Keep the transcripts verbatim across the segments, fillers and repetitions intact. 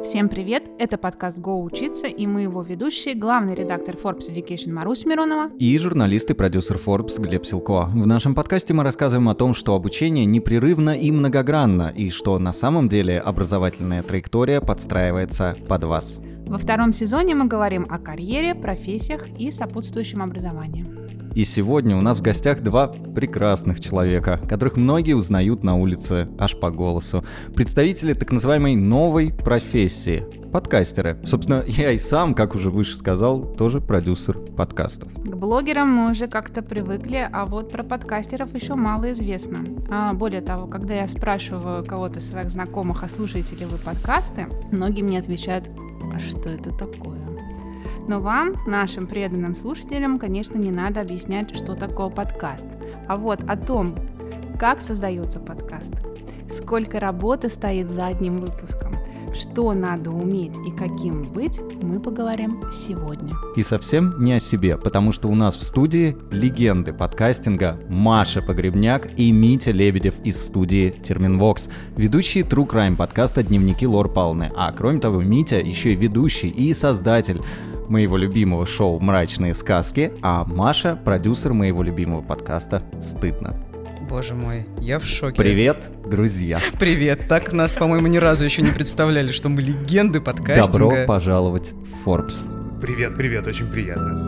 Всем привет! Это подкаст «Го учиться», и мы его ведущие, главный редактор Forbes Education Маруся Миронова и журналист и продюсер Forbes Глеб Силко. В нашем подкасте мы рассказываем о том, что обучение непрерывно и многогранно, и что на самом деле образовательная траектория подстраивается под вас. Во втором сезоне мы говорим о карьере, профессиях и сопутствующем образовании. И сегодня у нас в гостях два прекрасных человека, которых многие узнают на улице аж по голосу. Представители так называемой новой профессии – подкастеры. Собственно, я и сам, как уже выше сказал, тоже продюсер подкастов. К блогерам мы уже как-то привыкли, а вот про подкастеров еще мало известно. А более того, когда я спрашиваю кого-то из своих знакомых, а слушаете ли вы подкасты, многие мне отвечают: а что это такое? Но вам, нашим преданным слушателям, конечно, не надо объяснять, что такое подкаст. А вот о том, как создается подкаст, сколько работы стоит за одним выпуском, что надо уметь и каким быть, мы поговорим сегодня. И совсем не о себе, потому что у нас в студии легенды подкастинга Маша Погребняк и Митя Лебедев из студии Терминвокс, ведущие True Crime подкаста «Дневники Лор Палны». А кроме того, Митя еще и ведущий и создатель моего любимого шоу «Мрачные сказки», а Маша — продюсер моего любимого подкаста «Стыдно». Боже мой, я в шоке. Привет, друзья. Привет. Так нас, по-моему, ни разу еще не представляли, что мы легенды подкастинга. Добро пожаловать в Forbes. Привет, привет, очень приятно.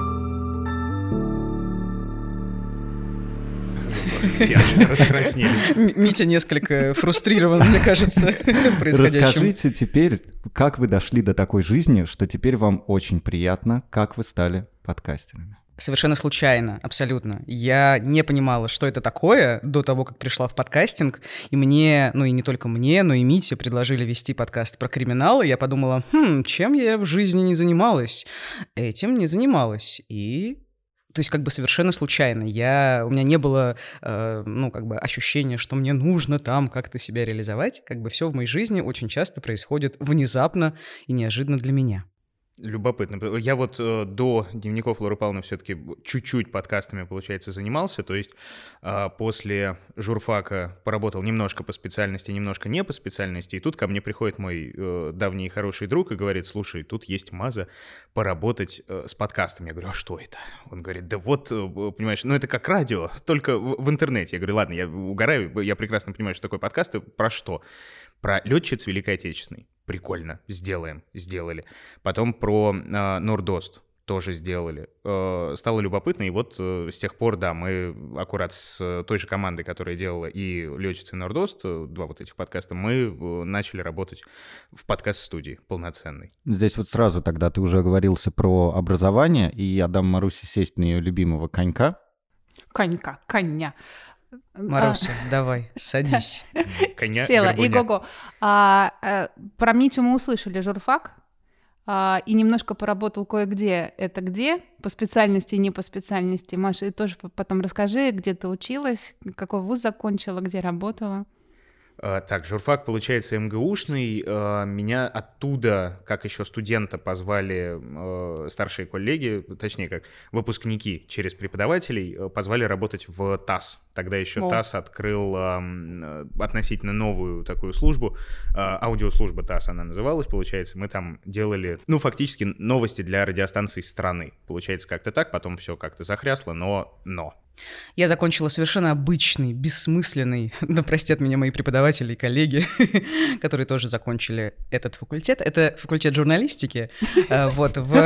Все аж раскраснелись. Митя несколько фрустрирован, мне кажется, происходящим. Расскажите теперь, как вы дошли до такой жизни, что теперь вам очень приятно, как вы стали подкастерами. Совершенно случайно, абсолютно. Я не понимала, что это такое до того, как пришла в подкастинг, и мне, ну и не только мне, но и Мите предложили вести подкаст про криминал, и я подумала, хм, чем я в жизни не занималась? Этим не занималась, и... То есть как бы совершенно случайно. Я, у меня не было, э, ну, как бы ощущения, что мне нужно там как-то себя реализовать. Как бы все в моей жизни очень часто происходит внезапно и неожиданно для меня. Любопытно. Я вот э, до дневников Лоры Павловны все-таки чуть-чуть подкастами, получается, занимался. То есть э, после журфака поработал немножко по специальности, немножко не по специальности. И тут ко мне приходит мой э, давний хороший друг и говорит: слушай, тут есть маза поработать э, с подкастами. Я говорю: а что это? Он говорит: да вот, э, понимаешь, ну это как радио, только в, в интернете. Я говорю: ладно, я угораю, я прекрасно понимаю, что такое подкасты. Про что? Про летчиц Великой Отечественной. Прикольно, сделаем, сделали. Потом про э, Нордост тоже сделали. Э, стало любопытно, и вот э, с тех пор, да, мы аккурат с той же командой, которая делала и летчицы Нордост, два вот этих подкаста, мы э, начали работать в подкаст-студии полноценной. Здесь вот сразу тогда ты уже оговорился про образование, и я дам Марусе сесть на ее любимого конька. Конька, коня. Маруся, а... давай, садись. Коня, села, горбуня. и го-го. А, а, про Митю мы услышали журфак, а, и немножко поработал кое-где. Это где? По специальности и не по специальности. Маша, тоже потом расскажи, где ты училась, какой вуз закончила, где работала. Так, журфак, получается, МГУшный. Меня оттуда, как еще студента, позвали старшие коллеги, точнее, как выпускники через преподавателей, позвали работать в ТАСС. Тогда еще О. ТАСС открыл относительно новую такую службу, аудиослужба ТАСС она называлась, получается. Мы там делали, ну, фактически новости для радиостанций страны. Получается, как-то так, потом все как-то захрясло, но... но. Я закончила совершенно обычный, бессмысленный, да простят меня мои преподаватели и коллеги, которые тоже закончили этот факультет. Это факультет журналистики. Вот, в...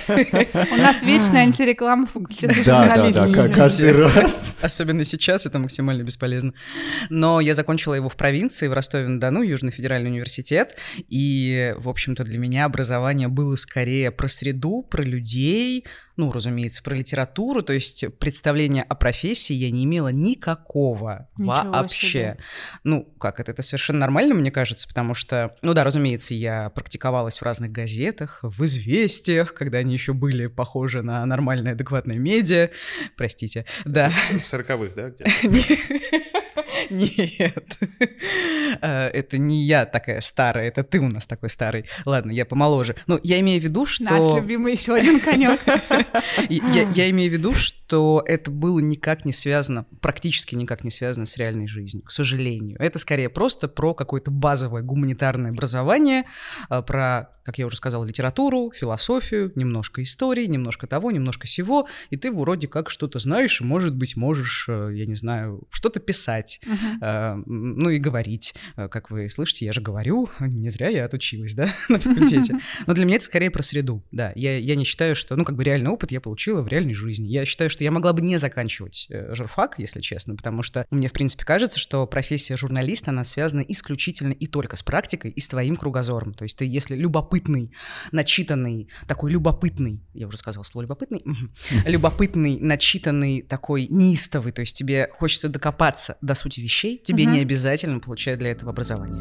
У нас вечная антиреклама факультета журналистики. Да, да, да, каждый раз. Особенно сейчас это максимально бесполезно. Но я закончила его в провинции, в Ростове-на-Дону, Южный федеральный университет. И, в общем-то, для меня образование было скорее про среду, про людей, ну, разумеется, про литературу, то есть представление о профессии я не имела никакого Ничего вообще. себе. Ну, как это? Это совершенно нормально, мне кажется, потому что, ну да, разумеется, я практиковалась в разных газетах, в «Известиях», когда они еще были похожи на нормальное, адекватное медиа. Простите, да. В сороковых, да, где? Нет, это не я такая старая, это ты у нас такой старый. Ладно, я помоложе. Ну, я имею в виду, что... Наш любимый еще один конек. Я, я имею в виду, что это было никак не связано, практически никак не связано с реальной жизнью, к сожалению. Это скорее просто про какое-то базовое гуманитарное образование, про, как я уже сказал, литературу, философию, немножко истории, немножко того, немножко сего, и ты вроде как что-то знаешь, и, может быть, можешь, я не знаю, что-то писать, uh-huh. ну и говорить. Как вы слышите, я же говорю, не зря я отучилась, да, на факультете. Но для меня это скорее про среду, да. Я, я не считаю, что, ну, как бы реальный опыт я получила в реальной жизни. Я считаю, что я могла бы не заканчивать журфак, если честно, потому что мне, в принципе, кажется, что профессия журналиста, она связана исключительно и только с практикой и с твоим кругозором. То есть ты, если любопытный, начитанный, такой любопытный, я уже сказала слово любопытный, любопытный, начитанный, такой неистовый, то есть тебе хочется докопаться до сути вещей, тебе не обязательно получать для этого образование.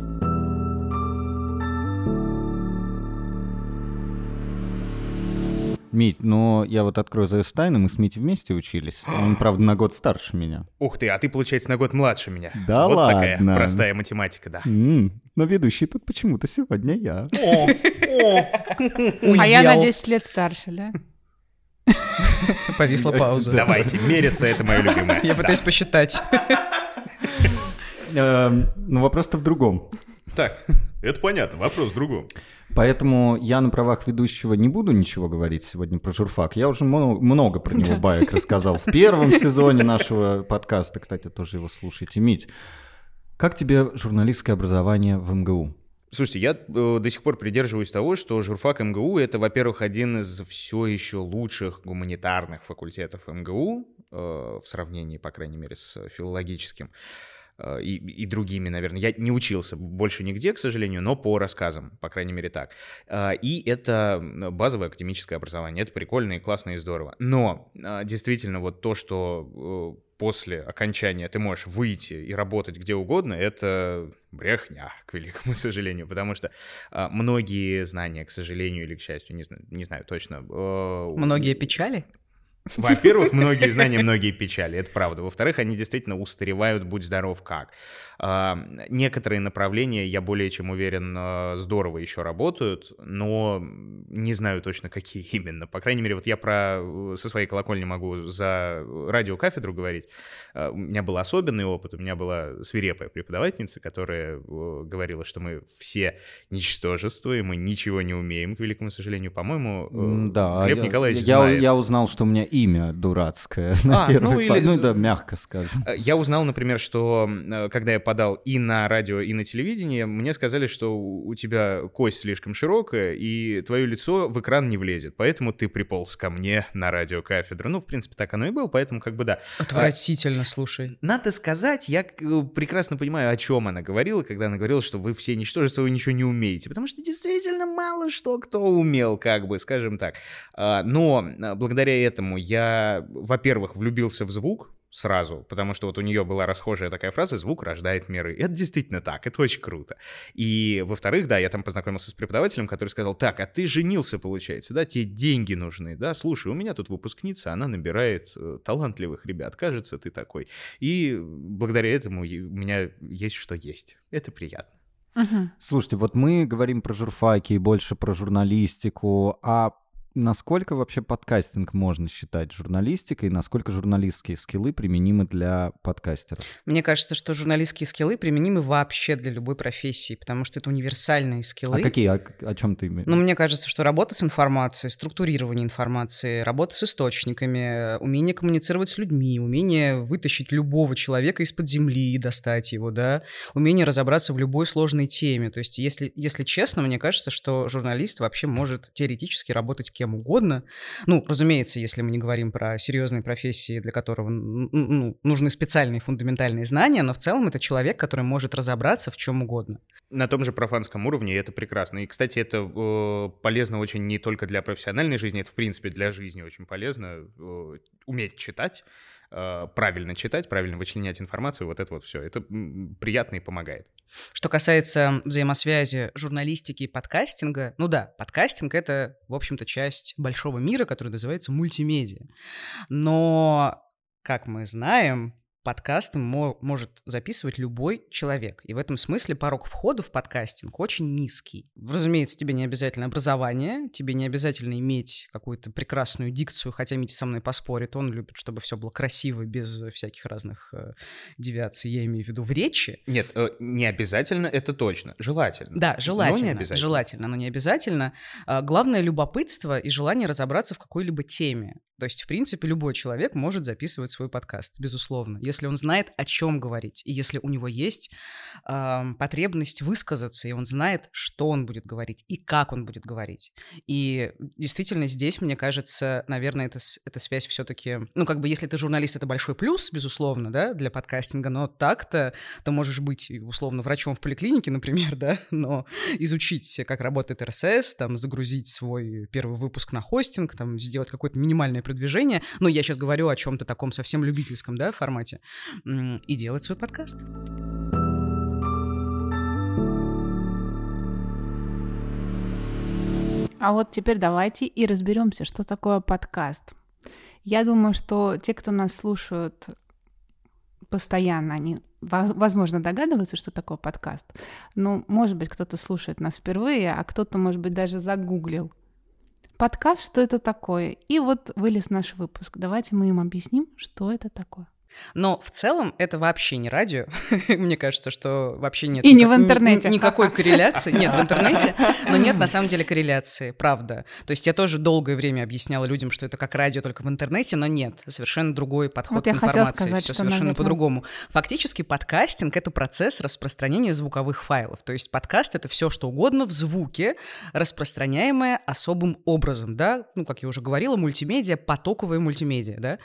Мить, но я вот открою завесу тайны, мы с Митей вместе учились. Он, правда, на год старше меня. Ух ты, а ты, получается, на год младше меня. Да вот ладно. Вот такая простая математика, да. М-м, но ведущий тут почему-то сегодня я. О, о. А я на десять лет старше, да? Повисла пауза. Давайте, мериться, это мое любимое. Я пытаюсь посчитать. Ну, вопрос-то в другом. Так, это понятно, вопрос в другом. Поэтому я на правах ведущего не буду ничего говорить сегодня про журфак. Я уже много, много про него баек рассказал в первом сезоне нашего подкаста. Кстати, тоже его слушайте. Мить, как тебе журналистское образование в эм гэ у? Слушайте, я э, до сих пор придерживаюсь того, что журфак эм гэ у — это, во-первых, один из все еще лучших гуманитарных факультетов эм гэ у, э, в сравнении, по крайней мере, с филологическим. И, и другими, наверное. Я не учился больше нигде, к сожалению, но по рассказам, по крайней мере, так. И это базовое академическое образование. Это прикольно и классно и здорово. Но действительно вот то, что после окончания ты можешь выйти и работать где угодно, это брехня, к великому сожалению, потому что многие знания, к сожалению или к счастью, не знаю, не знаю точно. Многие печали? Во-первых, многие знания, многие печали, это правда. Во-вторых, они действительно устаревают, будь здоров как. А, некоторые направления, я более чем уверен, здорово еще работают, но не знаю точно, какие именно. По крайней мере, вот я про со своей колокольни могу за радиокафедру говорить. У меня был особенный опыт, у меня была свирепая преподавательница, которая говорила, что мы все ничтожества, и мы ничего не умеем, к великому сожалению. По-моему, да, Глеб я, Николаевич я, знает. Я узнал, что у меня имя дурацкое. А, ну, или... ну да, мягко скажем. Я узнал, например, что когда я подал и на радио, и на телевидение, мне сказали, что у тебя кость слишком широкая, и твое лицо в экран не влезет, поэтому ты приполз ко мне на радиокафедру. Ну, в принципе, так оно и было, поэтому как бы да. Отвратительно, слушай. Надо сказать, я прекрасно понимаю, о чем она говорила, когда она говорила, что вы все ничтожества, вы ничего не умеете, потому что действительно мало что кто умел, как бы, скажем так. Но благодаря этому я, во-первых, влюбился в звук сразу, потому что вот у нее была расхожая такая фраза «звук рождает миры». Это действительно так, это очень круто. И, во-вторых, да, я там познакомился с преподавателем, который сказал: так, а ты женился, получается, да, тебе деньги нужны, да, слушай, у меня тут выпускница, она набирает э, талантливых ребят, кажется, ты такой. И благодаря этому у меня есть что есть. Это приятно. Uh-huh. Слушайте, вот мы говорим про журфаки и больше про журналистику, а насколько вообще подкастинг можно считать журналистикой, и насколько журналистские скиллы применимы для подкастеров? Мне кажется, что журналистские скиллы применимы вообще для любой профессии, потому что это универсальные скиллы. А какие? О, о чем ты имеешь? Ну, мне кажется, что работа с информацией, структурирование информации, работа с источниками, умение коммуницировать с людьми, умение вытащить любого человека из-под земли и достать его, да, умение разобраться в любой сложной теме. То есть, если, если честно, мне кажется, что журналист вообще может теоретически работать с кем угодно. Ну, разумеется, если мы не говорим про серьезные профессии, для которого ну, нужны специальные фундаментальные знания, но в целом это человек, который может разобраться в чем угодно. На том же профанском уровне, и это прекрасно. И, кстати, это э, полезно очень не только для профессиональной жизни, это, в принципе, для жизни очень полезно. Э, уметь читать, э, правильно читать, правильно вычленять информацию, вот это вот все. Это приятно и помогает. Что касается взаимосвязи журналистики и подкастинга, ну да, подкастинг — это, в общем-то, часть большого мира, который называется мультимедиа. Но, как мы знаем, подкаст мо- может записывать любой человек. И в этом смысле порог входа в подкастинг очень низкий. Разумеется, тебе не обязательно образование, тебе не обязательно иметь какую-то прекрасную дикцию, хотя Митя со мной поспорит, он любит, чтобы все было красиво, без всяких разных э, девиаций, я имею в виду в речи. Нет, э, не обязательно, это точно. Желательно. Да, желательно. Но не обязательно. Желательно, но не обязательно. А, главное — любопытство и желание разобраться в какой-либо теме. То есть, в принципе, любой человек может записывать свой подкаст, безусловно, если он знает, о чем говорить, и если у него есть э, потребность высказаться, и он знает, что он будет говорить, и как он будет говорить. И действительно здесь, мне кажется, наверное, эта, эта связь все-таки... Ну, как бы, если ты журналист, это большой плюс, безусловно, да, для подкастинга, но так-то ты можешь быть, условно, врачом в поликлинике, например, да, но изучить, как работает эр эс эс, там, загрузить свой первый выпуск на хостинг, там, сделать какое-то минимальное продвижение, но я сейчас говорю о чем-то таком совсем любительском, да, формате, и делать свой подкаст. А вот теперь давайте и разберемся, что такое подкаст. Я думаю, что те, кто нас слушают постоянно, они, возможно, догадываются, что такое подкаст. Но, может быть, кто-то слушает нас впервые, а кто-то, может быть, даже загуглил. Подкаст, что это такое? И вот вылез наш выпуск. Давайте мы им объясним, что это такое. Но в целом это вообще не радио. Мне кажется, что вообще нет... И не в интернете. Ни, никакой корреляции. Нет, в интернете, но нет на самом деле корреляции, правда. То есть я тоже долгое время объясняла людям, что это как радио, только в интернете, но нет, совершенно другой подход вот к информации. Сказать, все что, совершенно наверное... по-другому. Фактически подкастинг — это процесс распространения звуковых файлов. То есть подкаст — это все, что угодно в звуке, распространяемое особым образом, да? Ну, как я уже говорила, мультимедиа, потоковая мультимедиа, да?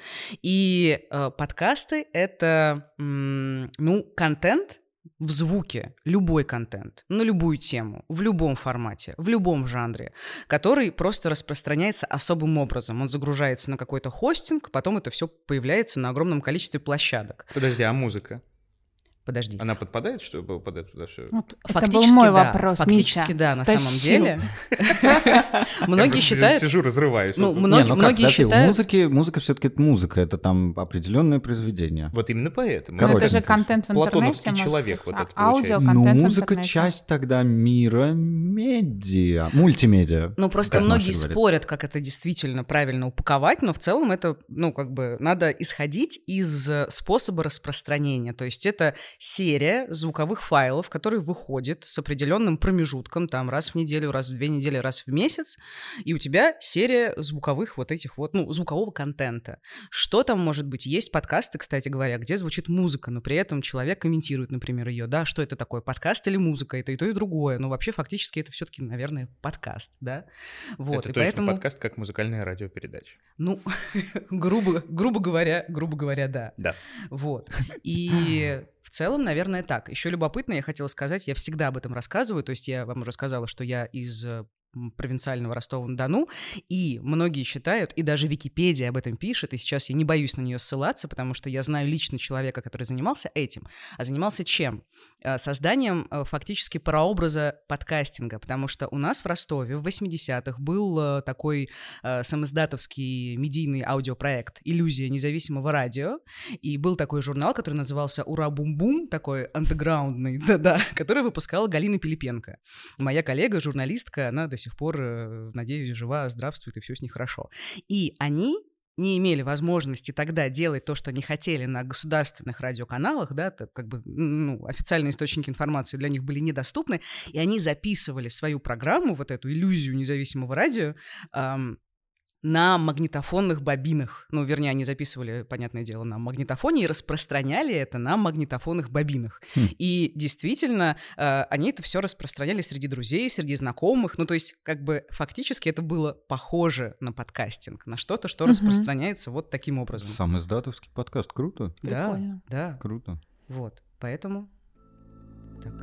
И э, подкаст — это, ну, контент в звуке, любой контент, на любую тему, в любом формате, в любом жанре, который просто распространяется особым образом. Он загружается на какой-то хостинг, потом это все появляется на огромном количестве площадок. Подожди, а музыка? Подожди. Она подпадает, что под это? Что... Вот Фактически, это был мой да. вопрос, Фактически, Митя, да, на стащил. самом деле. Многие считают... Сижу, разрываюсь. Ну, многие считают... Музыки, музыка все-таки это музыка, это там определенное произведение. Вот именно поэтому. Ну, это же контент в интернете. Платоновский человек, вот это получается. Ну, музыка — часть тогда мира медиа, мультимедиа. Ну, просто многие спорят, как это действительно правильно упаковать, но в целом это, ну, как бы, надо исходить из способа распространения. То есть это серия звуковых файлов, которые выходят с определенным промежутком, там, раз в неделю, раз в две недели, раз в месяц, и у тебя серия звуковых вот этих вот, ну, звукового контента. Что там может быть? Есть подкасты, кстати говоря, где звучит музыка, но при этом человек комментирует, например, ее, да, что это такое, подкаст или музыка, это и то, и другое, но вообще фактически это все-таки, наверное, подкаст, да? Вот, это и точно поэтому... подкаст, как музыкальная радиопередача. Ну, грубо, грубо говоря, грубо говоря, да. Да. Вот. И в целом, наверное, так. Еще любопытно, я хотела сказать, я всегда об этом рассказываю, то есть я вам уже сказала, что я из провинциального Ростова-на-Дону, и многие считают, и даже Википедия об этом пишет, и сейчас я не боюсь на нее ссылаться, потому что я знаю лично человека, который занимался этим. А занимался чем? Созданием фактически прообраза подкастинга, потому что у нас в Ростове в восьмидесятых был такой самиздатовский медийный аудиопроект «Иллюзия независимого радио», и был такой журнал, который назывался «Ура-бум-бум», такой андеграундный, да-да, который выпускала Галина Пилипенко. Моя коллега, журналистка, она до сих пор, надеюсь, жива, здравствует, и все с ней хорошо. И они не имели возможности тогда делать то, что они хотели на государственных радиоканалах, да, так как бы, ну, официальные источники информации для них были недоступны, и они записывали свою программу, вот эту «Иллюзию независимого радио», эм, на магнитофонных бобинах. Ну, вернее, они записывали, понятное дело, на магнитофоне и распространяли это на магнитофонных бобинах. Хм. И действительно, э, они это все распространяли среди друзей, среди знакомых. Ну, то есть, как бы, фактически это было похоже на подкастинг, на что-то, что угу. распространяется вот таким образом. Сам издатовский подкаст. Круто. Да, да. Круто. Вот, поэтому так.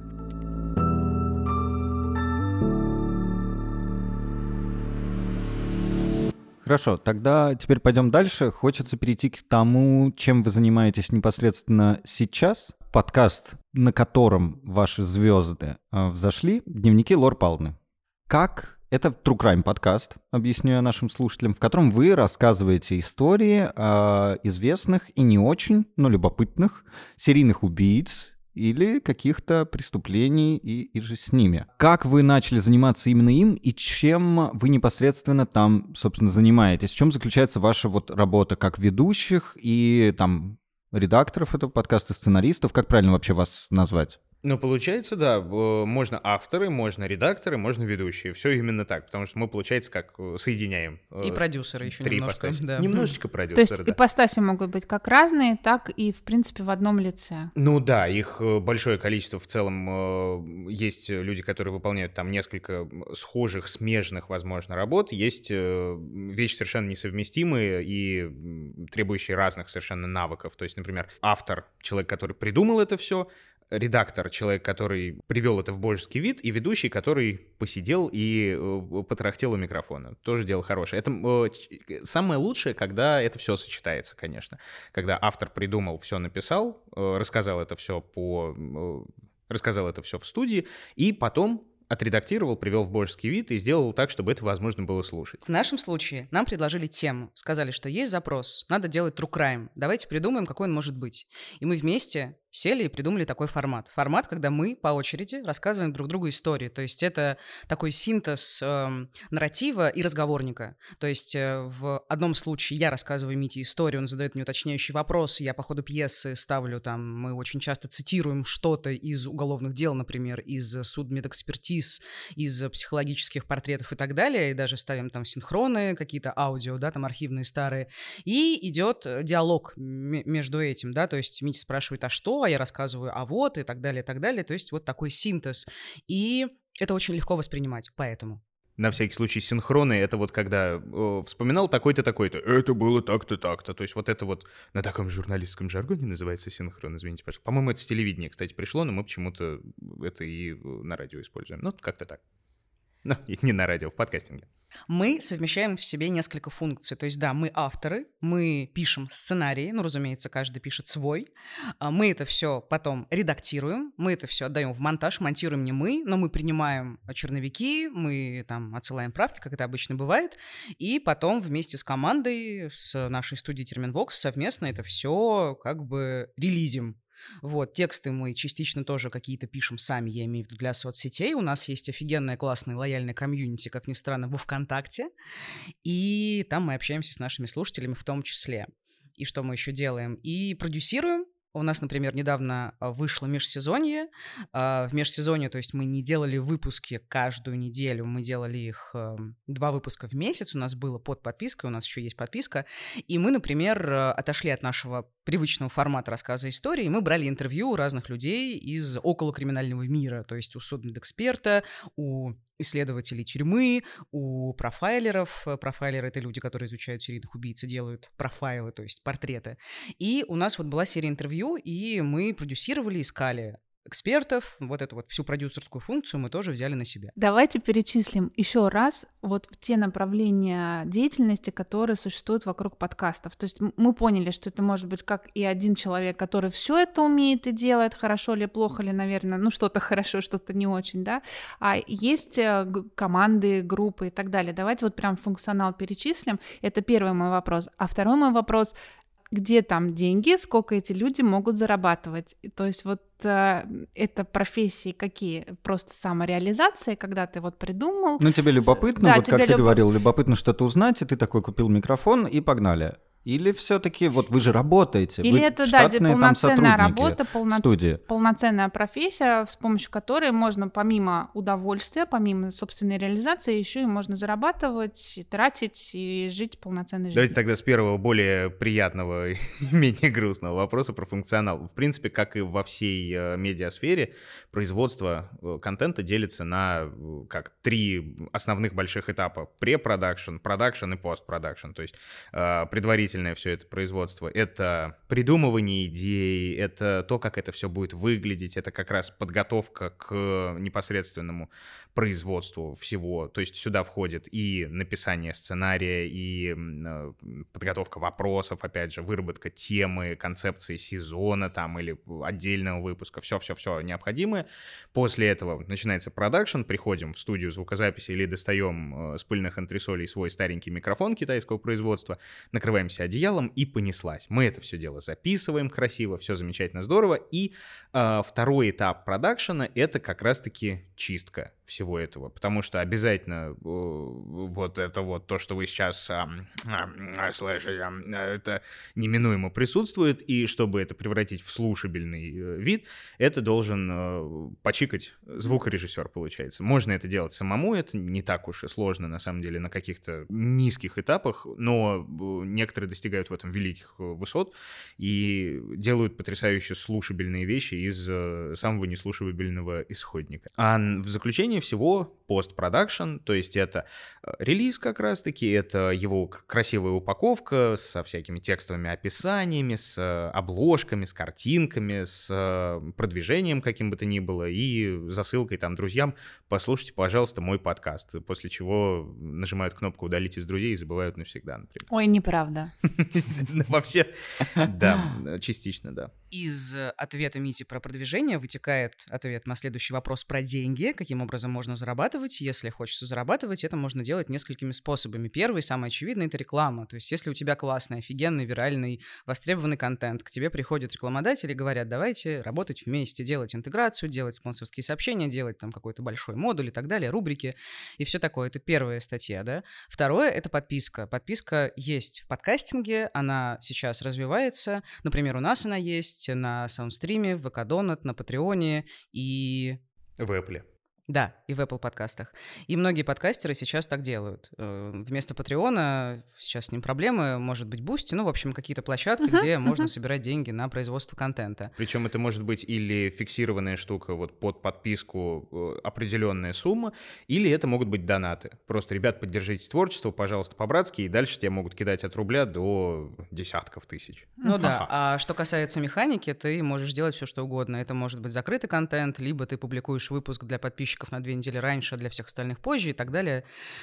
Хорошо, тогда теперь пойдем дальше. Хочется перейти к тому, чем вы занимаетесь непосредственно сейчас. Подкаст, на котором ваши звезды э, взошли, «Дневники Лор Палны». Как Это True Crime подкаст, объясню я нашим слушателям, в котором вы рассказываете истории э, известных и не очень, но любопытных серийных убийц или каких-то преступлений и, и же с ними. Как вы начали заниматься именно им и чем вы непосредственно там, собственно, занимаетесь? В чем заключается ваша вот работа как ведущих и там редакторов этого подкаста, сценаристов? Как правильно вообще вас назвать? Ну, получается, да, можно авторы, можно редакторы, можно ведущие. Все именно так, потому что мы, получается, как соединяем. И продюсеры еще три немножко. ипостаси. Да. Немножечко То продюсеры, есть да. ипостаси могут быть как разные, так и, в принципе, в одном лице. Ну да, их большое количество. В целом есть люди, которые выполняют там несколько схожих, смежных, возможно, работ. Есть вещи совершенно несовместимые и требующие разных совершенно навыков. То есть, например, автор, человек, который придумал это все, редактор, человек, который привел это в божеский вид, и ведущий, который посидел и э, потрахтел у микрофона. Тоже дело хорошее. Это э, самое лучшее, когда это все сочетается, конечно. Когда автор придумал, все написал, э, рассказал это все по... Э, рассказал это все в студии, и потом отредактировал, привел в божеский вид и сделал так, чтобы это возможно было слушать. В нашем случае нам предложили тему. Сказали, что есть запрос, надо делать true crime. Давайте придумаем, какой он может быть. И мы вместе сели и придумали такой формат. Формат, когда мы по очереди рассказываем друг другу истории. То есть это такой синтез э, нарратива и разговорника. То есть э, в одном случае я рассказываю Мите историю, он задает мне уточняющие вопросы, я по ходу пьесы ставлю там, мы очень часто цитируем что-то из уголовных дел, например, из судмедэкспертиз, из психологических портретов и так далее, и даже ставим там синхроны, какие-то аудио, да, там архивные старые, и идет диалог м- между этим, да, то есть Митя спрашивает, а что, а я рассказываю, а вот, и так далее, и так далее, то есть вот такой синтез, и это очень легко воспринимать, поэтому. На всякий случай синхроны — это вот когда э, вспоминал такой-то, такой-то, это было так-то, так-то. То есть вот это вот на таком журналистском жаргоне называется синхрон, извините, пожалуйста. По-моему, это с телевидения, кстати, пришло, но мы почему-то это и на радио используем. Ну, как-то так. Ну, не на радио, в подкастинге. Мы совмещаем в себе несколько функций. То есть, да, мы авторы, мы пишем сценарии, ну, разумеется, каждый пишет свой. Мы это все потом редактируем, мы это все отдаем в монтаж, монтируем не мы, но мы принимаем черновики, мы там отсылаем правки, как это обычно бывает, и потом вместе с командой, с нашей студией Терминвокс совместно это все как бы релизим. Вот, тексты мы частично тоже какие-то пишем сами, я имею в виду для соцсетей. У нас есть офигенная, классная, лояльная комьюнити, как ни странно, во ВКонтакте. И там мы общаемся с нашими слушателями в том числе. И что мы еще делаем? И продюсируем. У нас, например, недавно вышло межсезонье. В межсезонье, то есть мы не делали выпуски каждую неделю, мы делали их два выпуска в месяц. У нас было под подпиской, у нас еще есть подписка. И мы, например, отошли от нашего привычного формата рассказа истории, и мы брали интервью у разных людей из околокриминального мира, то есть у судмедэксперта, у исследователей тюрьмы, у профайлеров. Профайлеры — это люди, которые изучают серийных убийц и делают профайлы, то есть портреты. И у нас вот была серия интервью, и мы продюсировали, искали экспертов, вот эту вот всю продюсерскую функцию мы тоже взяли на себя. Давайте перечислим еще раз вот те направления деятельности, которые существуют вокруг подкастов. То есть мы поняли, что это может быть как и один человек, который все это умеет и делает, хорошо или плохо, или, наверное, ну что-то хорошо, что-то не очень, да, а есть команды, группы и так далее. Давайте вот прям функционал перечислим. Это первый мой вопрос. А второй мой вопрос: где там деньги, сколько эти люди могут зарабатывать? То есть вот э, это профессии какие? Просто самореализация, когда ты вот придумал. Ну, тебе любопытно, да, вот как люб... ты говорил, любопытно что-то узнать, и ты такой купил микрофон, и погнали. Или все-таки, вот вы же работаете, Или вы это, да, полноценная работа, полноц... студии. полноценная профессия, с помощью которой можно помимо удовольствия, помимо собственной реализации, еще и можно зарабатывать, тратить и жить полноценной жизнью. Давайте тогда с первого, более приятного и менее грустного вопроса про функционал. В принципе, как и во всей э, медиасфере, производство э, контента делится на э, как три основных больших этапа: препродакшн, продакшн и постпродакшн. То есть э, предварительно самостоятельное все это производство, это придумывание идей, это то, как это все будет выглядеть, это как раз подготовка к непосредственному производству всего. То есть сюда входит и написание сценария, и подготовка вопросов, опять же, выработка темы, концепции сезона там или отдельного выпуска, все-все-все необходимое. После этого начинается продакшн, приходим в студию звукозаписи или достаем с пыльных антресолей свой старенький микрофон китайского производства, накрываемся одеялом и понеслась. Мы это все дело записываем красиво, все замечательно, здорово. И э, второй этап продакшена — это как раз-таки чистка всего этого, потому что обязательно э, вот это вот то, что вы сейчас э, э, слышите, э, это неминуемо присутствует, и чтобы это превратить в слушабельный э, вид, это должен э, почикать звукорежиссер, получается. Можно это делать самому, это не так уж и сложно, на самом деле, на каких-то низких этапах, но некоторые достигают в этом великих высот и делают потрясающе слушабельные вещи из э, самого неслушабельного исходника. А в заключение всего постпродакшн, то есть это релиз как раз-таки, это его красивая упаковка со всякими текстовыми описаниями, с обложками, с картинками, с продвижением каким бы то ни было и засылкой там друзьям: послушайте, пожалуйста, мой подкаст, после чего нажимают кнопку «удалить из друзей» и забывают навсегда, например. Ой, неправда. Вообще, да, частично, да. Из ответа Мити про продвижение вытекает ответ на следующий вопрос про деньги, каким образом можно зарабатывать. Если хочется зарабатывать, это можно делать несколькими способами. Первый, самый очевидный, это реклама. То есть если у тебя классный, офигенный, виральный, востребованный контент, к тебе приходят рекламодатели и говорят: давайте работать вместе, делать интеграцию, делать спонсорские сообщения, делать там какой-то большой модуль и так далее, рубрики и все такое. Это первая статья, да. Второе — это подписка. Подписка есть в подкастинге, она сейчас развивается. Например, у нас она есть на Саундстриме, в Экодонат, на Патреоне и... В Apple. Да, и в Apple подкастах. И многие подкастеры сейчас так делают. Вместо Патреона, сейчас с ним проблемы, может быть, Бусти, ну, в общем, какие-то площадки, uh-huh, где uh-huh. можно собирать деньги на производство контента. Причем это может быть или фиксированная штука, вот под подписку определенная сумма, или это могут быть донаты. Просто: ребят, поддержите творчество, пожалуйста, по-братски, и дальше тебе могут кидать от рубля до десятков тысяч. Ну uh-huh. да, а что касается механики, ты можешь делать все, что угодно. Это может быть закрытый контент, либо ты публикуешь выпуск для подписчиков на две недели раньше, а для всех остальных позже и так далее,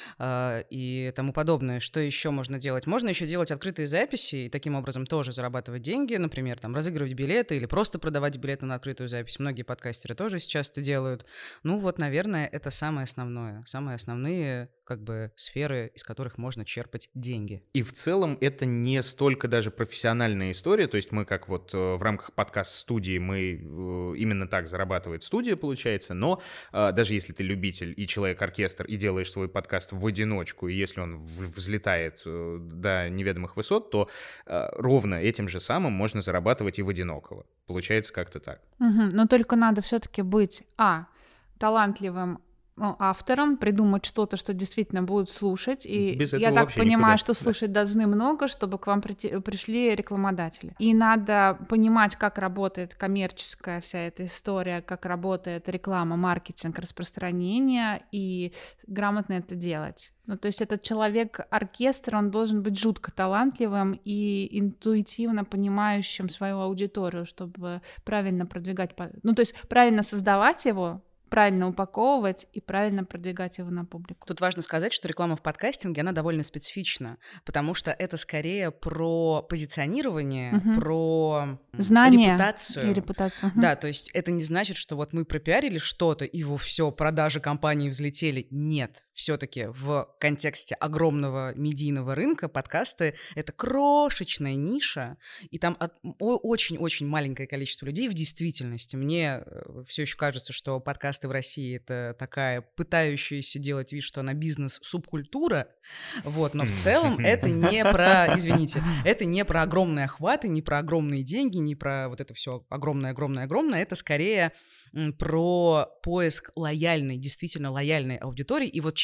э, и тому подобное. Что еще можно делать? Можно еще делать открытые записи и таким образом тоже зарабатывать деньги, например, там, разыгрывать билеты или просто продавать билеты на открытую запись. Многие подкастеры тоже сейчас это делают. Ну вот, наверное, это самое основное, самые основные как бы сферы, из которых можно черпать деньги. И в целом это не столько даже профессиональная история, то есть мы как вот в рамках подкаст-студии, мы именно так зарабатывает студия, получается, но даже если ты любитель и человек-оркестр, и делаешь свой подкаст в одиночку, и если он взлетает до неведомых высот, то ровно этим же самым можно зарабатывать и в одинокого. Получается как-то так. Угу, но только надо все-таки быть, а, талантливым, ну, автором, придумать что-то, что действительно будут слушать. И без я этого так понимаю, никуда. что слушать да. должны много, чтобы к вам прийти, пришли рекламодатели. И надо понимать, как работает коммерческая вся эта история, как работает реклама, маркетинг, распространение, и грамотно это делать. Ну, то есть этот человек-оркестр, он должен быть жутко талантливым и интуитивно понимающим свою аудиторию, чтобы правильно продвигать, ну, то есть правильно создавать его, правильно упаковывать и правильно продвигать его на публику. Тут важно сказать, что реклама в подкастинге, она довольно специфична, потому что это скорее про позиционирование, угу. про знание репутацию. И репутацию. Угу. Да, то есть это не значит, что вот мы пропиарили что-то, и во все, продажи компании взлетели. Нет, все-таки в контексте огромного медийного рынка подкасты — это крошечная ниша, и там очень-очень маленькое количество людей в действительности. Мне все еще кажется, что подкасты в России — это такая пытающаяся делать вид, что она бизнес-субкультура, вот, но в целом это не про, извините, это не про огромные охваты, не про огромные деньги, не про вот это все огромное-огромное-огромное, это скорее про поиск лояльной, действительно лояльной аудитории, и вот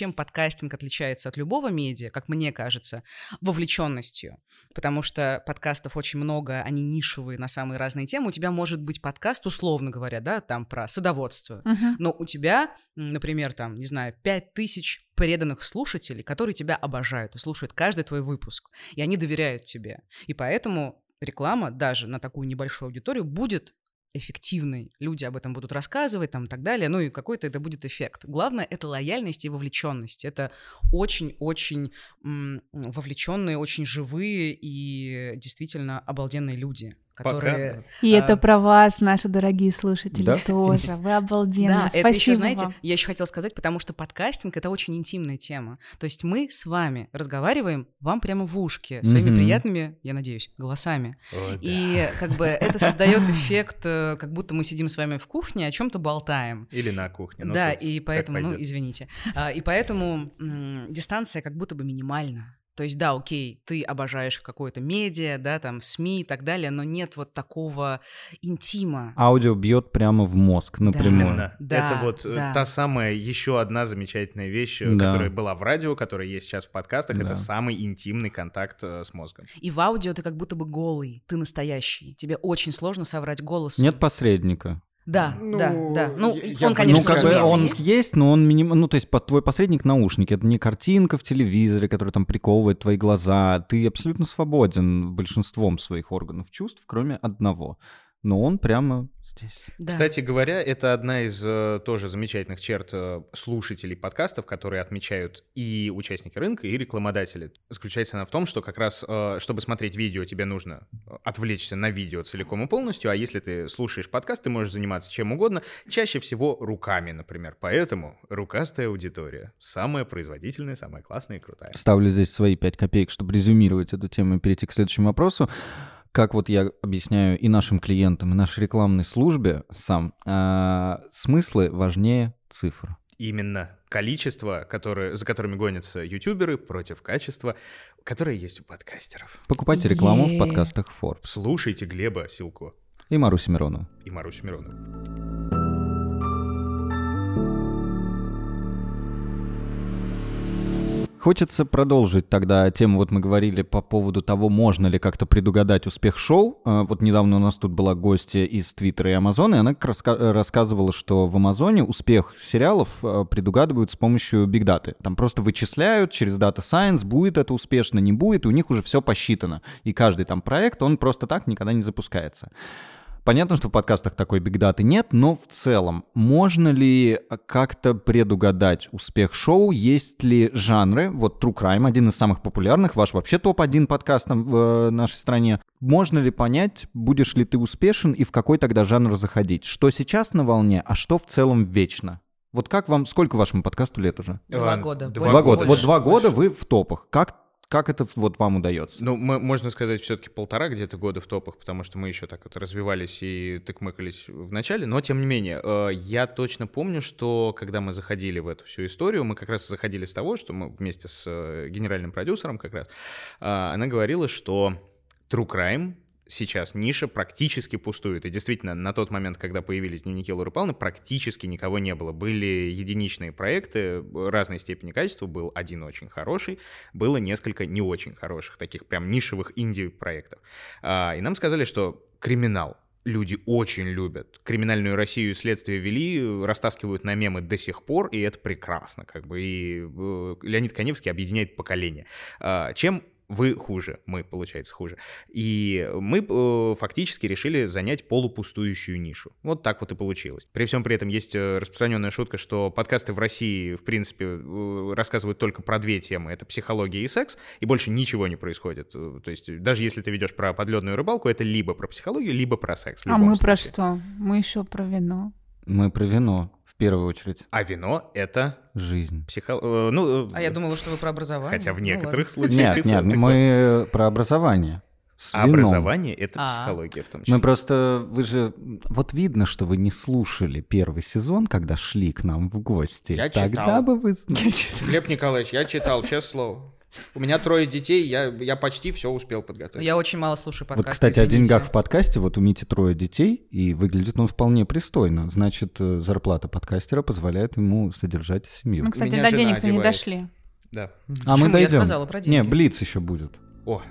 чем подкастинг отличается от любого медиа, как мне кажется, вовлеченностью. Потому что подкастов очень много, они нишевые на самые разные темы. У тебя может быть подкаст, условно говоря, да, там про садоводство. Uh-huh. Но у тебя, например, там, не знаю, пять тысяч преданных слушателей, которые тебя обожают и слушают каждый твой выпуск. И они доверяют тебе. И поэтому реклама даже на такую небольшую аудиторию будет эффективной. Люди об этом будут рассказывать там, и так далее. Ну и какой-то это будет эффект. Главное — это лояльность и вовлеченность. Это очень-очень м- вовлеченные, очень живые и действительно обалденные люди, которые... Пока. И а... это про вас, наши дорогие слушатели, да? тоже. Вы обалденные. Да, Спасибо это еще, знаете, вам. я еще хотела сказать, потому что подкастинг — это очень интимная тема. То есть мы с вами разговариваем вам прямо в ушки своими mm-hmm. приятными, я надеюсь, голосами. О, и да. как бы это создает эффект, как будто мы сидим с вами в кухне, о чем-то болтаем. Или на кухне. Ну, да, есть, и поэтому, ну, извините. И поэтому м- дистанция как будто бы минимальна. То есть, да, окей, ты обожаешь какое-то медиа, да, там, СМИ и так далее, но нет вот такого интима. Аудио бьет прямо в мозг напрямую. Да, да, это вот да. та самая еще одна замечательная вещь, Да. которая была в радио, которая есть сейчас в подкастах. Да. Это самый интимный контакт с мозгом. И в аудио ты как будто бы голый, ты настоящий. Тебе очень сложно соврать голос. Нет посредника. Да, Ну, да, да. Ну, я- он, я конечно, Ну, как бы разумеется, он есть. есть, но он миним... Ну, то есть под твой посредник наушники. Это не картинка в телевизоре, которая там приковывает твои глаза. Ты абсолютно свободен большинством своих органов чувств, кроме одного. Но он прямо здесь. Да. Кстати говоря, это одна из э, тоже замечательных черт э, слушателей подкастов, которые отмечают и участники рынка, и рекламодатели. Заключается она в том, что как раз, э, чтобы смотреть видео, тебе нужно отвлечься на видео целиком и полностью, а если ты слушаешь подкаст, ты можешь заниматься чем угодно, чаще всего руками, например. Поэтому рукастая аудитория самая производительная, самая классная и крутая. Ставлю здесь свои пять копеек, чтобы резюмировать эту тему и перейти к следующему вопросу. Как вот я объясняю и нашим клиентам, и нашей рекламной службе сам, а, смыслы важнее цифр. Именно количество, которое, за которыми гонятся ютуберы, против качества, которое есть у подкастеров. Покупайте рекламу Е-е-е. в подкастах Forbes. Слушайте Глеба Силко И Марусю Миронову. и Марусю Миронову. Хочется продолжить тогда тему, вот мы говорили по поводу того, можно ли как-то предугадать успех шоу. А, Вот недавно у нас тут была гостья из Твиттера и Амазона, и она как раз раска- рассказывала, что в Амазоне успех сериалов а, предугадывают с помощью бигдаты. Там просто вычисляют через Data Science, будет это успешно, не будет, и у них уже все посчитано. И каждый там проект, он просто так никогда не запускается. Понятно, что в подкастах такой бигдаты нет, но в целом, можно ли как-то предугадать успех шоу? Есть ли жанры? Вот True Crime, один из самых популярных, ваш вообще топ один подкаст в э, нашей стране. Можно ли понять, будешь ли ты успешен и в какой тогда жанр заходить? Что сейчас на волне, а что в целом вечно? Вот как вам, сколько вашему подкасту лет уже? Два А, года. два Два года. больше, Вот два больше. года вы в топах. Как Как это вот вам удается? Ну, мы, можно сказать, все-таки полтора где-то года в топах, потому что мы еще так вот развивались и тыкмыкались в начале, но тем не менее, э, я точно помню, что когда мы заходили в эту всю историю, мы как раз заходили с того, что мы вместе с э, генеральным продюсером как раз, э, она говорила, что True Crime сейчас ниша практически пустует. И действительно, на тот момент, когда появились дневники Лоры Павловны, практически никого не было. Были единичные проекты разной степени качества. Был один очень хороший, было несколько не очень хороших, таких прям нишевых инди-проектов. А, и нам сказали, что криминал люди очень любят. Криминальную Россию следствие вели, растаскивают на мемы до сих пор, и это прекрасно. Как бы. И э, Леонид Каневский объединяет поколения. А, чем вы хуже, мы, получается, хуже. И мы э, фактически решили занять полупустующую нишу. Вот так вот и получилось. При всем при этом есть распространенная шутка, что подкасты в России, в принципе, э, рассказывают только про две темы. Это психология и секс, и больше ничего не происходит. То есть даже если ты ведешь про подледную рыбалку, это либо про психологию, либо про секс. В А любом мы случае. про что? Мы еще про вино. Мы про вино, в первую очередь. А вино — это Жизнь. психо... э, ну, э, А я думала, что вы про образование. хотя в Ну, некоторых ладно. случаях... Нет, и нет, сам такой. мы про образование. С А вином. образование — это А. психология в том числе. Мы просто, вы же, вот видно, что вы не слушали первый сезон, когда шли к нам в гости. Я Тогда читал. бы вы знали. Глеб Николаевич, я читал, честное слово. У меня трое детей, я, я почти все успел подготовить. Я очень мало слушаю подкасты. Вот, кстати, извините. о деньгах в подкасте. Вот у Мити трое детей, и выглядит он вполне пристойно. Значит, зарплата подкастера позволяет ему содержать семью. Мы, кстати, Меня до жена денег-то не одевает. дошли. Да. А Почему? мы дойдем. Я сказала про деньги. Не, блиц еще будет. О,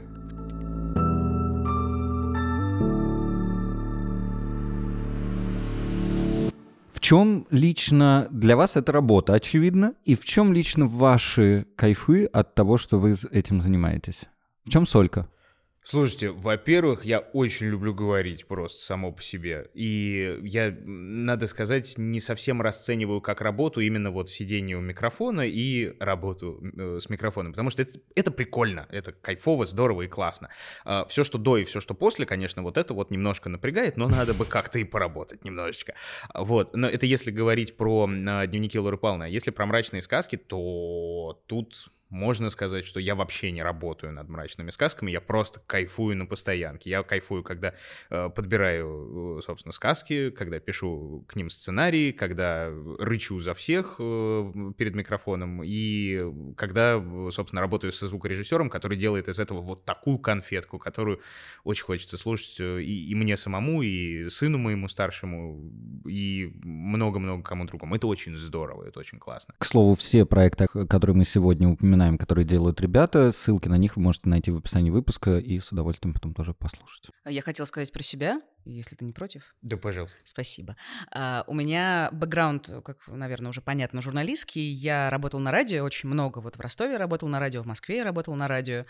В чем лично для вас эта работа, очевидно, и в чем лично ваши кайфы от того, что вы этим занимаетесь? В чем солька? слушайте, во-первых, я очень люблю говорить просто само по себе. И я, надо сказать, не совсем расцениваю как работу именно вот сидение у микрофона и работу э, с микрофоном. Потому что это, это прикольно, это кайфово, здорово и классно. А, все, что до и все, что после, конечно, вот это вот немножко напрягает, но надо бы как-то и поработать немножечко. Вот, но это если говорить про э, дневники Лоры Павловны. А если про мрачные сказки, то тут... Можно сказать, что я вообще не работаю над мрачными сказками, я просто кайфую на постоянке. Я кайфую, когда э, подбираю, собственно, сказки, когда пишу к ним сценарии, когда рычу за всех э, перед микрофоном, и когда, собственно, работаю со звукорежиссером, который делает из этого вот такую конфетку, которую очень хочется слушать и, и мне самому, и сыну моему старшему, и много-много кому другому. Это очень здорово, это очень классно. К слову, все проекты, которые мы сегодня упоминаем, которые делают ребята, ссылки на них вы можете найти в описании выпуска и с удовольствием потом тоже послушать. Я хотела сказать про себя, если ты не против. Да, пожалуйста. Спасибо. Uh, у меня бэкграунд, как, наверное, уже понятно, журналистский. Я работал на радио очень много. Вот в Ростове я работал на радио, в Москве я работал на радио.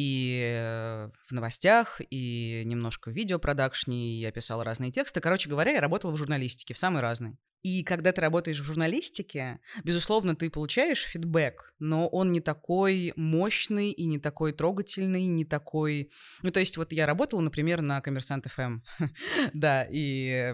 И в новостях, и немножко в видеопродакшне, я писал разные тексты. Короче говоря, я работал в журналистике, в самой разной. И когда ты работаешь в журналистике, безусловно, ты получаешь фидбэк, но он не такой мощный и не такой трогательный, не такой... Ну, то есть вот я работала, например, на Коммерсант эф эм, да, и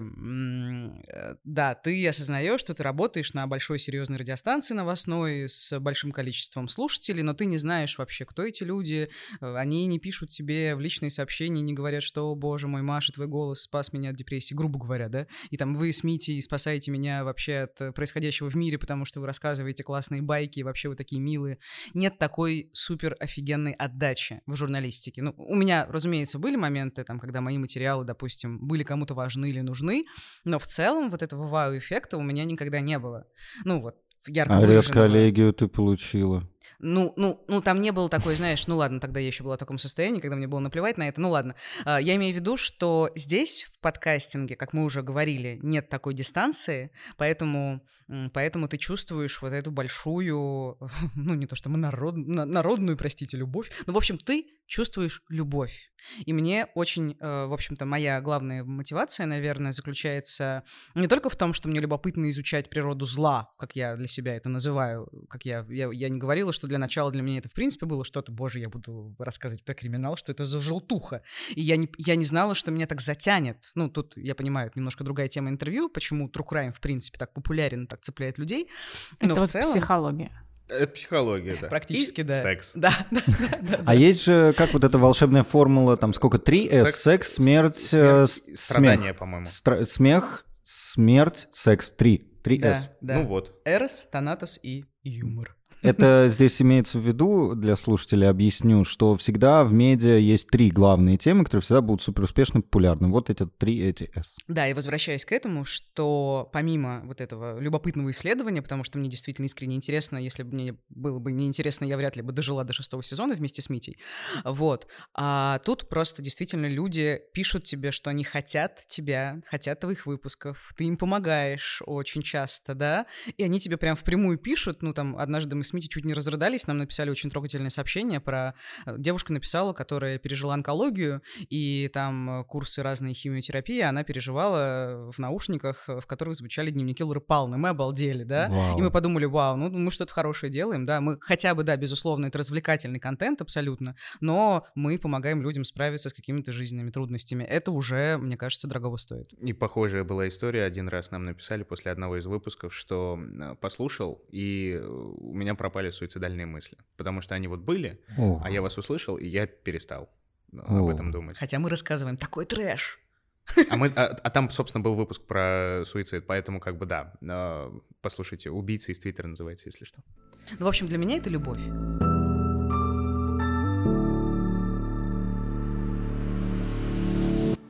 да, ты осознаешь, что ты работаешь на большой серьезной радиостанции новостной с большим количеством слушателей, но ты не знаешь вообще, кто эти люди, они не пишут тебе в личные сообщения, не говорят, что, боже мой, Маша, твой голос спас меня от депрессии, грубо говоря, да, и там вы с Митей спасаете меня меня вообще от происходящего в мире, потому что вы рассказываете классные байки, и вообще вы такие милые. Нет такой супер офигенной отдачи в журналистике. Ну, у меня, разумеется, были моменты, там, когда мои материалы, допустим, были кому-то важны или нужны, но в целом вот этого вау-эффекта у меня никогда не было. Ну, вот, ярко а выраженного. редколлегию ты получила? Ну, ну, ну, там не было такой, знаешь, ну ладно, тогда я еще была в таком состоянии, когда мне было наплевать на это, ну ладно. Я имею в виду, что здесь, в подкастинге, как мы уже говорили, нет такой дистанции, поэтому, поэтому ты чувствуешь вот эту большую, ну не то что мы народ, народную, простите, любовь, но в общем ты чувствуешь любовь. И мне очень, в общем-то, моя главная мотивация, наверное, заключается не только в том, что мне любопытно изучать природу зла, как я для себя это называю, как я, я, я не говорила, что для начала для меня это в принципе было что-то, боже, я буду рассказывать про криминал, что это за желтуха. И я не, я не знала, что меня так затянет. Ну, тут, я понимаю, это немножко другая тема интервью, почему True Crime, в принципе, так популярен, так цепляет людей. Но это в вот целом... психология. Это психология, да. Практически, И да. секс. Да, да, да, да, А да. есть же, как вот эта волшебная формула, там сколько, три эс, секс, секс смерть, смерть смех. страдания, по-моему. Стра- смех, смерть, секс, три. три эс. Да, да. Ну вот. Эрос, Танатос и юмор. Это здесь имеется в виду, для слушателей объясню, что всегда в медиа есть три главные темы, которые всегда будут супер успешно популярны. Вот эти три эти эс. Да, и возвращаясь к этому, что помимо вот этого любопытного исследования, потому что мне действительно искренне интересно, если бы мне было бы неинтересно, я вряд ли бы дожила до шестого сезона вместе с Митей, вот. А тут просто действительно люди пишут тебе, что они хотят тебя, хотят твоих выпусков, ты им помогаешь очень часто, да, и они тебе прям впрямую пишут, ну там однажды мы с Митей чуть не разрыдались, нам написали очень трогательное сообщение про... Девушка написала, которая пережила онкологию, и там курсы разной химиотерапии, она переживала в наушниках, в которых звучали дневники Лоры Павловны. Мы обалдели, да? Вау. И мы подумали, вау, ну мы что-то хорошее делаем, да, мы хотя бы, да, безусловно, это развлекательный контент абсолютно, но мы помогаем людям справиться с какими-то жизненными трудностями. Это уже, мне кажется, дорогого стоит. И похожая была история. Один раз нам написали после одного из выпусков, что послушал, и у меня пропали суицидальные мысли. Потому что они вот были, О. а я вас услышал, и я перестал О. об этом думать. Хотя мы рассказываем такой трэш. А, мы, а, а там, собственно, был выпуск про суицид, поэтому как бы да. Э, послушайте, «Убийца» из Твиттера называется, если что. Ну, в общем, для меня это любовь.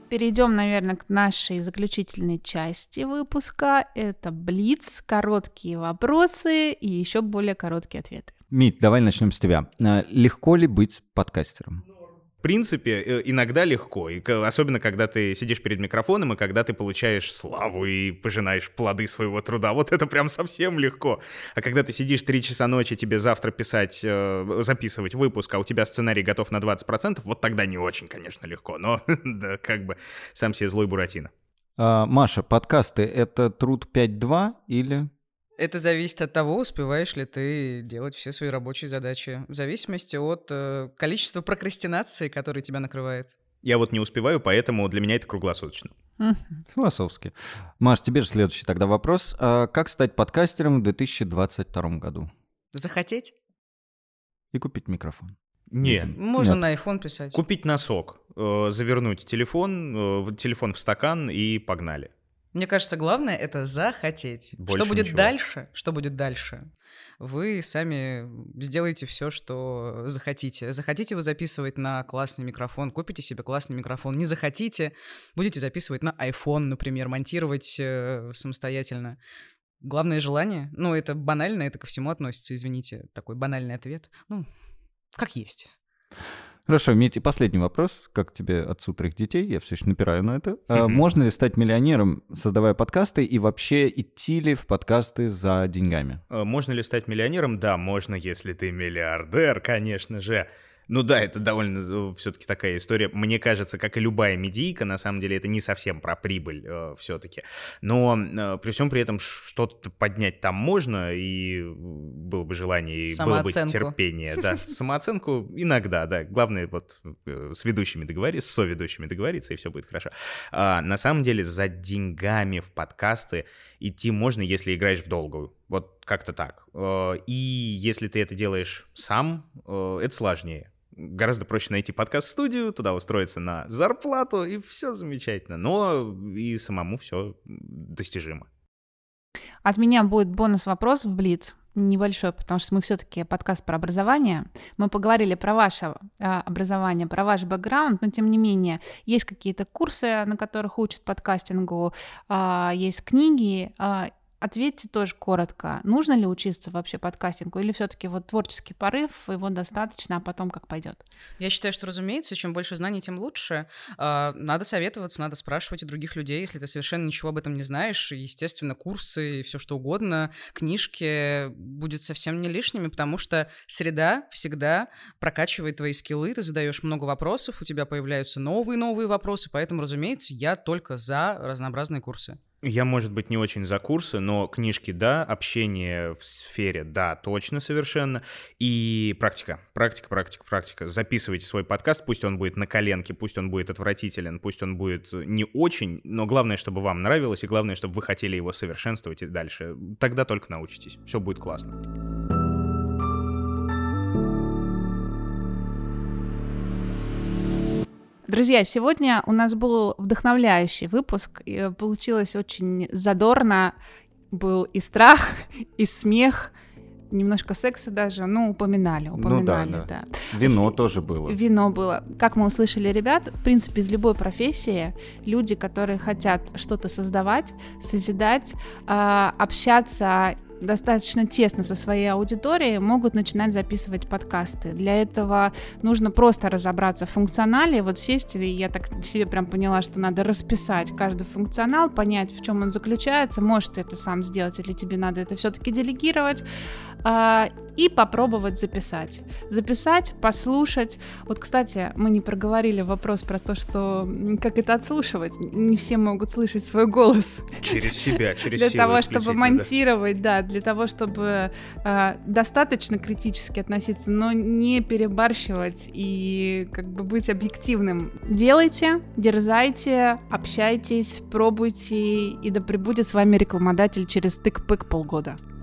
перейдем, наверное, к нашей заключительной части выпуска. Это блиц, короткие вопросы и еще более короткие ответы. Мить, давай начнем с тебя. Легко ли быть подкастером? В принципе, иногда легко, и особенно когда ты сидишь перед микрофоном и когда ты получаешь славу и пожинаешь плоды своего труда. Вот это прям совсем легко. А когда ты сидишь три часа ночи, тебе завтра писать, записывать выпуск, а у тебя сценарий готов на двадцать процентов, вот тогда не очень, конечно, легко. Но да, как бы сам себе злой Буратино. А, Маша, подкасты — это труд пять два или... Это зависит от того, успеваешь ли ты делать все свои рабочие задачи. В зависимости от э, количества прокрастинации, которая тебя накрывает. Я вот не успеваю, поэтому для меня это круглосуточно. Философски. Маш, тебе же следующий тогда вопрос. А как стать подкастером в две тысячи двадцать втором году? Захотеть? И купить микрофон. Не. Можно Нет. на iPhone писать. Купить носок, э, завернуть телефон, э, телефон в стакан и погнали. Мне кажется, главное — это захотеть. Больше что будет ничего. дальше? Что будет дальше? Вы сами сделаете все, что захотите. Захотите вы записывать на классный микрофон, купите себе классный микрофон. Не захотите, будете записывать на iPhone, например, монтировать э, самостоятельно. Главное — желание. Ну, это банально, это ко всему относится, извините, такой банальный ответ. Ну, как есть. Хорошо, Мить, и последний вопрос. Как тебе, отцу троих детей? Я все еще напираю на это. А можно ли стать миллионером, создавая подкасты, и вообще идти ли в подкасты за деньгами? Э, Можно ли стать миллионером? Да, можно, если ты миллиардер, конечно же. Ну да, это довольно все-таки такая история. Мне кажется, как и любая медийка, на самом деле это не совсем про прибыль э, все-таки. Но э, при всем при этом что-то поднять там можно, и было бы желание, и было бы терпение. Да, самооценку иногда, да. Главное вот э, с ведущими договориться, с соведущими договориться, и все будет хорошо. А, на самом деле за деньгами в подкасты идти можно, если играешь в долгую. Вот как-то так. Э, И если ты это делаешь сам, э, это сложнее. Гораздо проще найти подкаст-студию, туда устроиться на зарплату, и все замечательно. Но и самому все достижимо. От меня будет бонус-вопрос в Блиц. Небольшой, потому что мы все-таки подкаст про образование. Мы поговорили про ваше а, образование, про ваш бэкграунд, но тем не менее есть какие-то курсы, на которых учат подкастингу, а, есть книги. А, ответьте тоже коротко, нужно ли учиться вообще подкастингу, или все-таки вот творческий порыв, его достаточно, а потом как пойдет? Я считаю, что, разумеется, чем больше знаний, тем лучше. А, Надо советоваться, надо спрашивать у других людей, если ты совершенно ничего об этом не знаешь. Естественно, курсы, все что угодно, книжки будет совсем не лишними, потому что среда всегда прокачивает твои скиллы, ты задаешь много вопросов, у тебя появляются новые-новые вопросы, поэтому, разумеется, я только за разнообразные курсы. Я, может быть, не очень за курсы, но книжки — да, общение в сфере — да, точно, совершенно. И практика, практика, практика, практика. Записывайте свой подкаст, пусть он будет на коленке, пусть он будет отвратителен, пусть он будет не очень, но главное, чтобы вам нравилось, и главное, чтобы вы хотели его совершенствовать и дальше. Тогда только научитесь, все будет классно. Друзья, сегодня у нас был вдохновляющий выпуск, и получилось очень задорно, был и страх, и смех, немножко секса даже, ну, упоминали, упоминали, ну, да, да. да. Вино тоже было. Вино было. Как мы услышали ребят, в принципе, из любой профессии люди, которые хотят что-то создавать, созидать, общаться достаточно тесно со своей аудиторией, могут начинать записывать подкасты. Для этого нужно просто разобраться в функционале, вот сесть, и я так себе прям поняла, что надо расписать каждый функционал, понять, в чем он заключается, можешь ты это сам сделать, или тебе надо это все-таки делегировать, и попробовать записать. Записать, послушать. Вот, кстати, мы не проговорили вопрос про то, что как это отслушивать. Не все могут слышать свой голос. Через себя, через Для силу того, чтобы монтировать, да, для того, чтобы э, достаточно критически относиться, но не перебарщивать и как бы быть объективным. Делайте, дерзайте, общайтесь, пробуйте, и да пребудет с вами рекламодатель через тык-пык полгода.